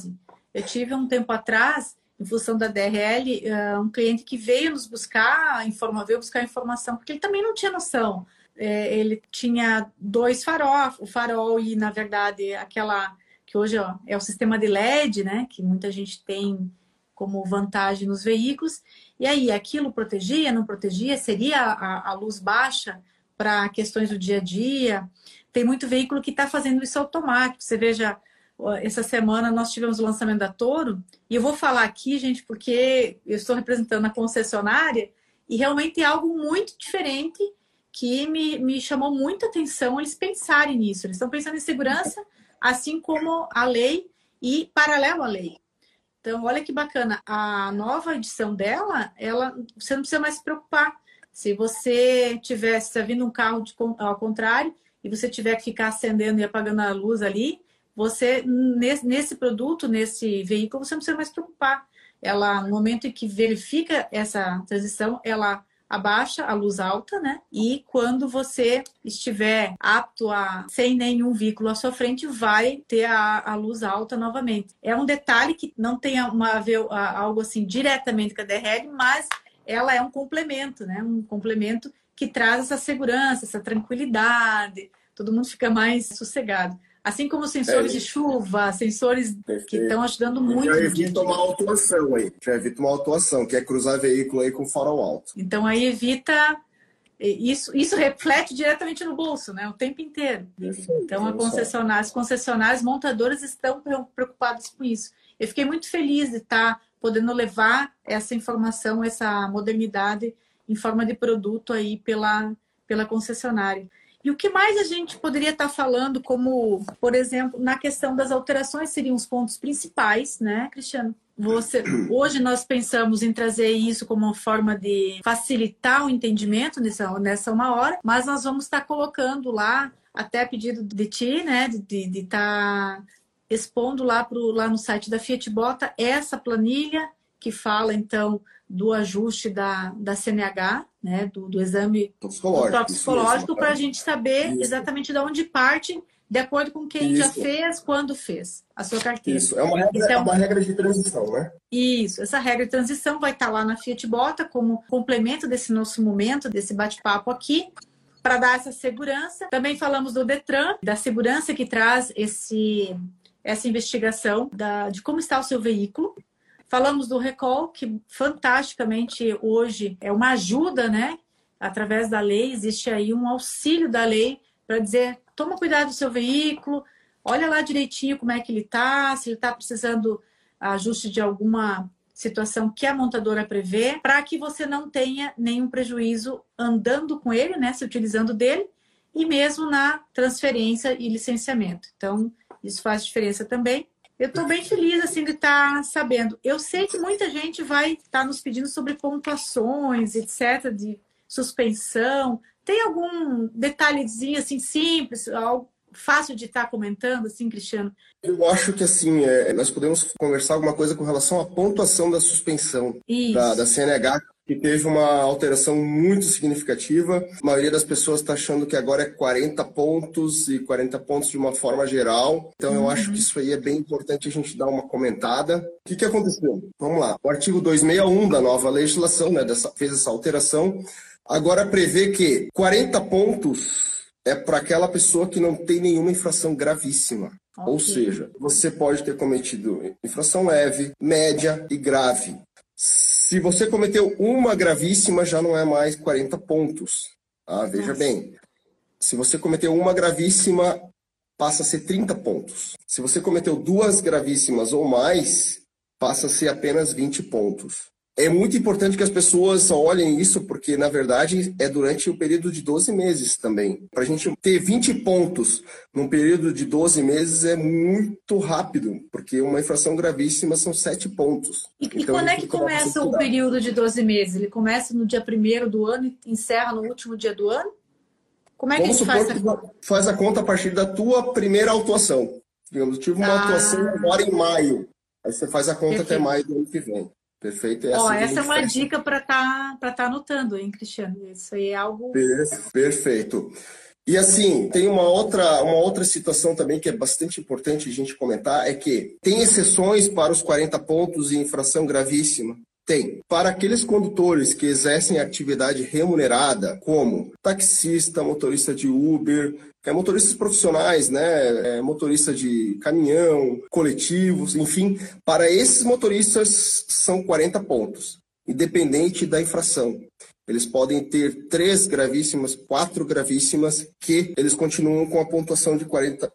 Eu tive um tempo atrás, em função da DRL, um cliente que veio nos buscar, veio buscar informação, porque ele também não tinha noção. Ele tinha dois farol, o farol e, na verdade, aquela que hoje é o sistema de LED, né, que muita gente tem como vantagem nos veículos. E aí, aquilo protegia, não protegia? Seria a luz baixa para questões do dia a dia? Tem muito veículo que está fazendo isso automático. Você veja, essa semana nós tivemos o lançamento da Toro, e eu vou falar aqui, gente, porque eu estou representando a concessionária, e realmente é algo muito diferente que me chamou muita atenção eles pensarem nisso. Eles estão pensando em segurança, assim como a lei e paralelo à lei. Então, olha que bacana. A nova edição dela, você não precisa mais se preocupar. Se você tivesse vindo um carro ao contrário e você tiver que ficar acendendo e apagando a luz ali, você, nesse produto, nesse veículo, você não precisa mais se preocupar. Ela, no momento em que verifica essa transição, ela abaixa a luz alta, né? E quando você estiver apto sem nenhum veículo à sua frente, vai ter a luz alta novamente. É um detalhe que não tem a ver algo assim diretamente com a DRL, mas ela é um complemento, né? Um complemento que traz essa segurança, essa tranquilidade, todo mundo fica mais sossegado. Assim como sensores de chuva, sensores que estão ajudando muito. Já evita uma autuação aí. Já evita uma autuação, que é cruzar veículo aí com farol alto. Então aí evita. Isso reflete diretamente no bolso, né? O tempo inteiro. Então as concessionárias montadoras estão preocupadas com isso. Eu fiquei muito feliz de estar podendo levar essa informação, essa modernidade em forma de produto aí pela concessionária. E o que mais a gente poderia estar falando, como, por exemplo, na questão das alterações, seriam os pontos principais, né, Cristiano? Hoje nós pensamos em trazer isso como uma forma de facilitar o entendimento nessa uma hora, mas nós vamos estar colocando lá, até a pedido de ti, né, de estar expondo lá no site da Fiat Bota essa planilha que fala, então, do ajuste da CNH, né, do exame toxicológico, para a gente saber exatamente de onde parte, de acordo com quem já fez, quando fez a sua carteira. Isso, é uma regra de transição, né? Isso, essa regra de transição vai estar lá na Fiat Bota como complemento desse nosso momento, desse bate-papo aqui, para dar essa segurança. Também falamos do Detran, da segurança que traz essa investigação de como está o seu veículo. Falamos do recall, que fantasticamente hoje é uma ajuda, né? Através da lei, existe aí um auxílio da lei para dizer, toma cuidado do seu veículo, olha lá direitinho como é que ele está, se ele está precisando ajuste de alguma situação que a montadora prevê, para que você não tenha nenhum prejuízo andando com ele, né? Se utilizando dele, e mesmo na transferência e licenciamento. Então, isso faz diferença também. Eu estou bem feliz assim, de estar sabendo. Eu sei que muita gente vai estar nos pedindo sobre pontuações, etc., de suspensão. Tem algum detalhezinho assim, simples, algo fácil de estar comentando, assim, Cristiano? Eu acho que assim, nós podemos conversar alguma coisa com relação à pontuação da suspensão da CNH, que teve uma alteração muito significativa. A maioria das pessoas está achando que agora é 40 pontos e 40 pontos de uma forma geral. Então, eu acho que isso aí é bem importante a gente dar uma comentada. O que aconteceu? Vamos lá. O artigo 261 da nova legislação, né, fez essa alteração. Agora prevê que 40 pontos é para aquela pessoa que não tem nenhuma infração gravíssima. Okay. Ou seja, você pode ter cometido infração leve, média e grave. Se você cometeu uma gravíssima, já não é mais 40 pontos. Tá? Veja bem. Se você cometeu uma gravíssima, passa a ser 30 pontos. Se você cometeu duas gravíssimas ou mais, passa a ser apenas 20 pontos. É muito importante que as pessoas olhem isso, porque, na verdade, é durante o período de 12 meses também. Para a gente ter 20 pontos num período de 12 meses é muito rápido, porque uma infração gravíssima são 7 pontos. E então, quando é que começa o período de 12 meses? Ele começa no dia 1º do ano e encerra no último dia do ano? Como é que a gente faz essa conta? Faz a conta a partir da tua primeira autuação. Digamos, eu tive uma atuação agora em maio. Aí você faz a conta até maio do ano que vem. Perfeito. Essa é uma dica para tá anotando, hein, Cristiano? Isso aí é algo... Perfeito. E assim, tem uma outra situação também que é bastante importante a gente comentar, é que tem exceções para os 40 pontos e infração gravíssima. Tem. Para aqueles condutores que exercem atividade remunerada, como taxista, motorista de Uber, motoristas profissionais, né, motorista de caminhão, coletivos, enfim, para esses motoristas são 40 pontos, independente da infração. Eles podem ter 3 gravíssimas, 4 gravíssimas, que eles continuam com a pontuação de 40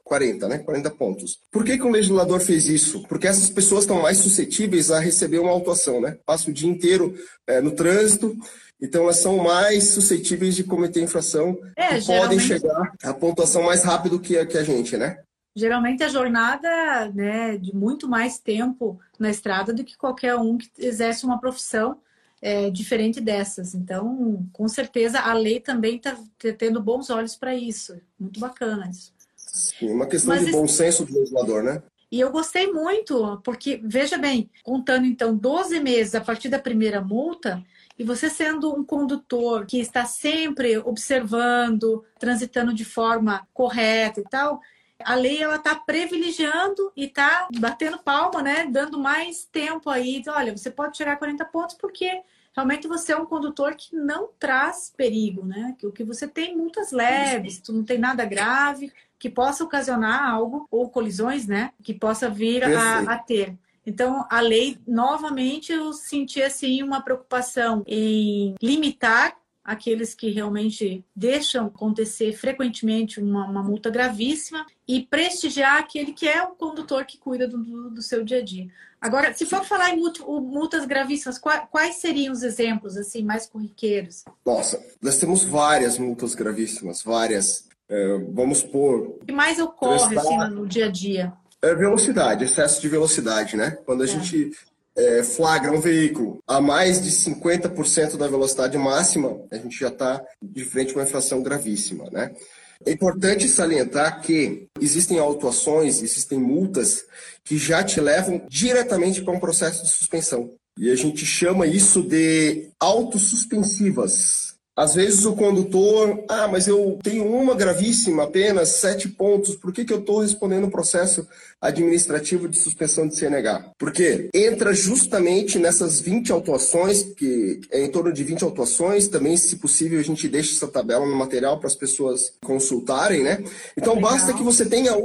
pontos. Por que o legislador fez isso? Porque essas pessoas estão mais suscetíveis a receber uma autuação, né? Passam o dia inteiro no trânsito, então elas são mais suscetíveis de cometer infração e podem chegar à pontuação mais rápido que a gente, né? Geralmente a jornada, né, de muito mais tempo na estrada do que qualquer um que exerce uma profissão diferente dessas. Então, com certeza, a lei também está tendo bons olhos para isso. Muito bacana isso. Sim, uma questão de bom senso do legislador, né? E eu gostei muito, porque, veja bem, contando então 12 meses a partir da primeira multa, e você sendo um condutor que está sempre observando, transitando de forma correta e tal, a lei ela está privilegiando e está batendo palma, né? Dando mais tempo aí. Olha, você pode chegar a 40 pontos porque realmente você é um condutor que não traz perigo, né? Que o que você tem multas leves, tu não tem nada grave que possa ocasionar algo ou colisões, né? Que possa vir a ter. Então, a lei, novamente, eu senti assim uma preocupação em limitar aqueles que realmente deixam acontecer frequentemente uma multa gravíssima e prestigiar aquele que é o condutor que cuida do seu dia a dia. Agora, se for falar em multas gravíssimas, quais seriam os exemplos assim mais corriqueiros? Nossa, nós temos várias multas gravíssimas, várias. Vamos pôr... O que mais ocorre assim, no dia a dia? Velocidade, excesso de velocidade, né? Quando a gente flagra um veículo a mais de 50% da velocidade máxima, a gente já está de frente a uma infração gravíssima, né? É importante salientar que existem autuações, existem multas que já te levam diretamente para um processo de suspensão. E a gente chama isso de autossuspensivas. Às vezes o condutor, mas eu tenho uma gravíssima, apenas 7 pontos, por que eu estou respondendo um processo administrativo de suspensão de CNH? Porque entra justamente nessas 20 autuações, que é em torno de 20 autuações, também, se possível, a gente deixa essa tabela no material para as pessoas consultarem, né? Então basta que você tenha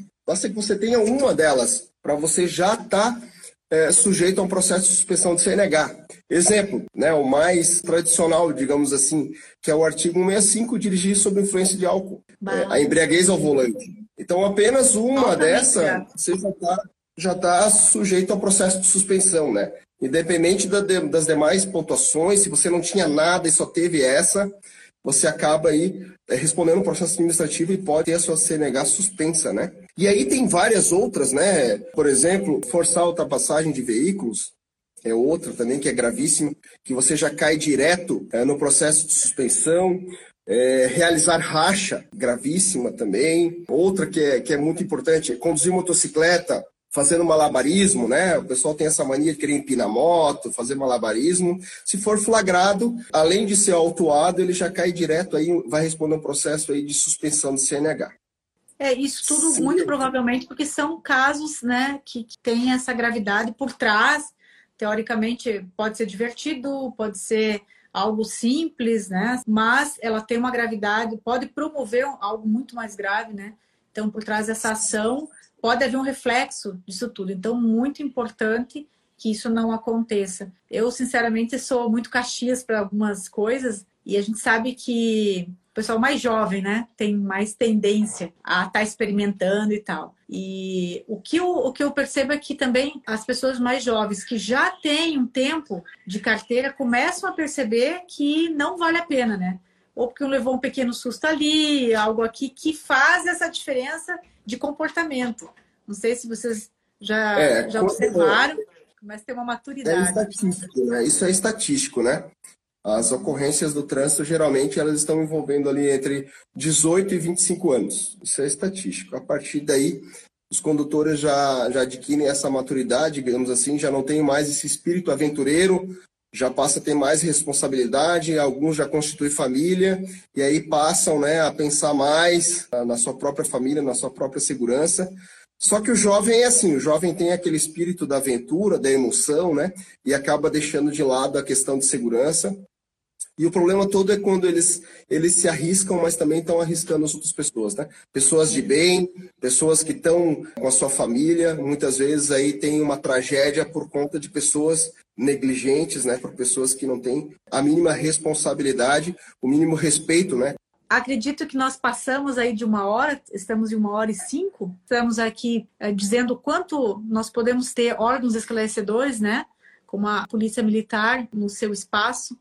uma delas, para você já estar sujeito a um processo de suspensão de CNH. Exemplo, né, o mais tradicional, digamos assim, que é o artigo 165, dirigir sob influência de álcool, a embriaguez ao volante. Então, apenas uma dessa, você já está sujeito ao processo de suspensão, né? Independente das demais pontuações, se você não tinha nada e só teve essa, você acaba aí respondendo um processo administrativo e pode ter a sua CNH suspensa, né? E aí tem várias outras, né? Por exemplo, forçar a ultrapassagem de veículos é outra também que é gravíssima, que você já cai direto no processo de suspensão. Realizar racha, gravíssima também. Outra que é muito importante é conduzir motocicleta fazendo malabarismo, né? O pessoal tem essa mania de querer empinar moto, fazer malabarismo. Se for flagrado, além de ser autuado, ele já cai direto aí, vai responder um processo aí de suspensão do CNH. Isso tudo muito provavelmente porque são casos, né, que têm essa gravidade por trás. Teoricamente pode ser divertido, pode ser algo simples, né? Mas ela tem uma gravidade, pode promover algo muito mais grave, né? Então, por trás dessa ação, pode haver um reflexo disso tudo. Então, muito importante que isso não aconteça. Eu, sinceramente, sou muito Caxias para algumas coisas e a gente sabe que o pessoal mais jovem, né, tem mais tendência a estar experimentando e tal. E o que eu percebo é que também as pessoas mais jovens que já têm um tempo de carteira começam a perceber que não vale a pena, né? Ou porque levou um pequeno susto ali, algo aqui que faz essa diferença de comportamento. Não sei se vocês já observaram, mas tem uma maturidade. É estatístico, né? Isso é estatístico, né? As ocorrências do trânsito, geralmente, elas estão envolvendo ali entre 18 e 25 anos. Isso é estatístico. A partir daí, os condutores já adquirem essa maturidade, digamos assim, já não tem mais esse espírito aventureiro já passa a ter mais responsabilidade, alguns já constituem família, e aí passam, né, a pensar mais na sua própria família, na sua própria segurança. Só que o jovem é assim, o jovem tem aquele espírito da aventura, da emoção, né, e acaba deixando de lado a questão de segurança. E o problema todo é quando eles se arriscam, mas também estão arriscando as outras pessoas, né? Pessoas de bem, pessoas que estão com a sua família, muitas vezes aí tem uma tragédia por conta de pessoas negligentes, né? Por pessoas que não têm a mínima responsabilidade, o mínimo respeito, né? Acredito que nós passamos aí de 1 hora, estamos em 1h05, estamos aqui dizendo o quanto nós podemos ter órgãos esclarecedores, né? Como a Polícia Militar no seu espaço,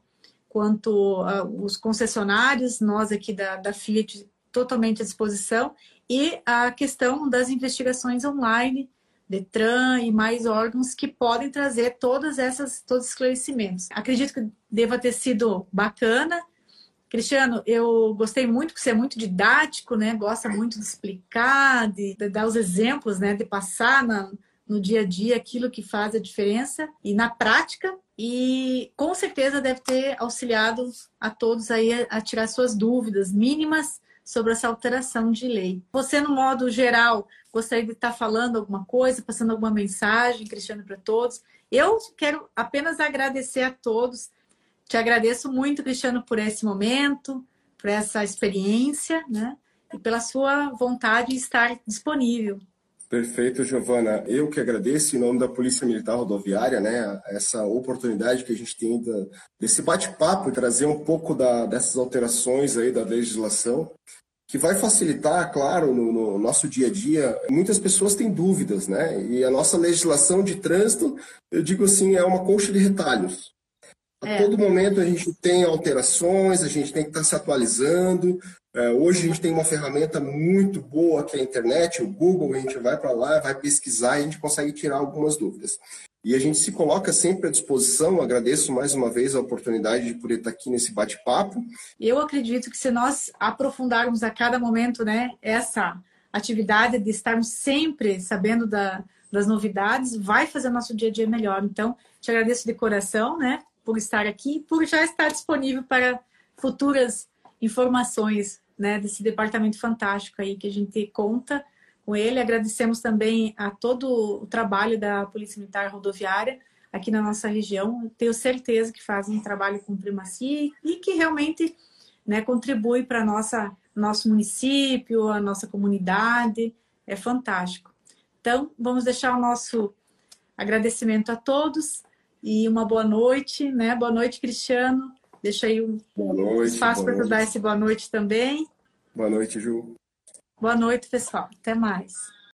quanto os concessionários, nós aqui da Fiat totalmente à disposição, e a questão das investigações online, Detran e mais órgãos que podem trazer todos esses esclarecimentos. Acredito que deva ter sido bacana. Cristiano, eu gostei muito, que você é muito didático, né? Gosta muito de explicar, de dar os exemplos, né? De passar no dia a dia aquilo que faz a diferença e na prática, e com certeza deve ter auxiliado a todos aí a tirar suas dúvidas mínimas sobre essa alteração de lei. Você, no modo geral, gostaria de estar falando alguma coisa, passando alguma mensagem, Cristiano, para todos? Eu quero apenas agradecer a todos. Te agradeço muito, Cristiano, por esse momento, por essa experiência, né? E pela sua vontade de estar disponível. Perfeito, Giovana. Eu que agradeço, em nome da Polícia Militar Rodoviária, né, essa oportunidade que a gente tem desse bate-papo e trazer um pouco dessas alterações aí da legislação, que vai facilitar, claro, no nosso dia a dia. Muitas pessoas têm dúvidas, né? E a nossa legislação de trânsito, eu digo assim, é uma colcha de retalhos. A todo momento a gente tem alterações, a gente tem que estar se atualizando. Hoje a gente tem uma ferramenta muito boa que é a internet, o Google, a gente vai para lá, vai pesquisar e a gente consegue tirar algumas dúvidas. E a gente se coloca sempre à disposição. Agradeço mais uma vez a oportunidade de poder estar aqui nesse bate-papo. Eu acredito que se nós aprofundarmos a cada momento, né, essa atividade de estarmos sempre sabendo das novidades, vai fazer o nosso dia a dia melhor. Então, te agradeço de coração, né, por estar aqui, por já estar disponível para futuras informações, né, desse departamento fantástico aí que a gente conta com ele. Agradecemos também a todo o trabalho da Polícia Militar Rodoviária aqui na nossa região. Tenho certeza que fazem um trabalho com primacia e que realmente, né, contribui para nosso município, a nossa comunidade. É fantástico. Então, vamos deixar o nosso agradecimento a todos. E uma boa noite, né? Boa noite, Cristiano. Deixa aí um espaço para tu dar esse boa noite também. Boa noite, Ju. Boa noite, pessoal. Até mais.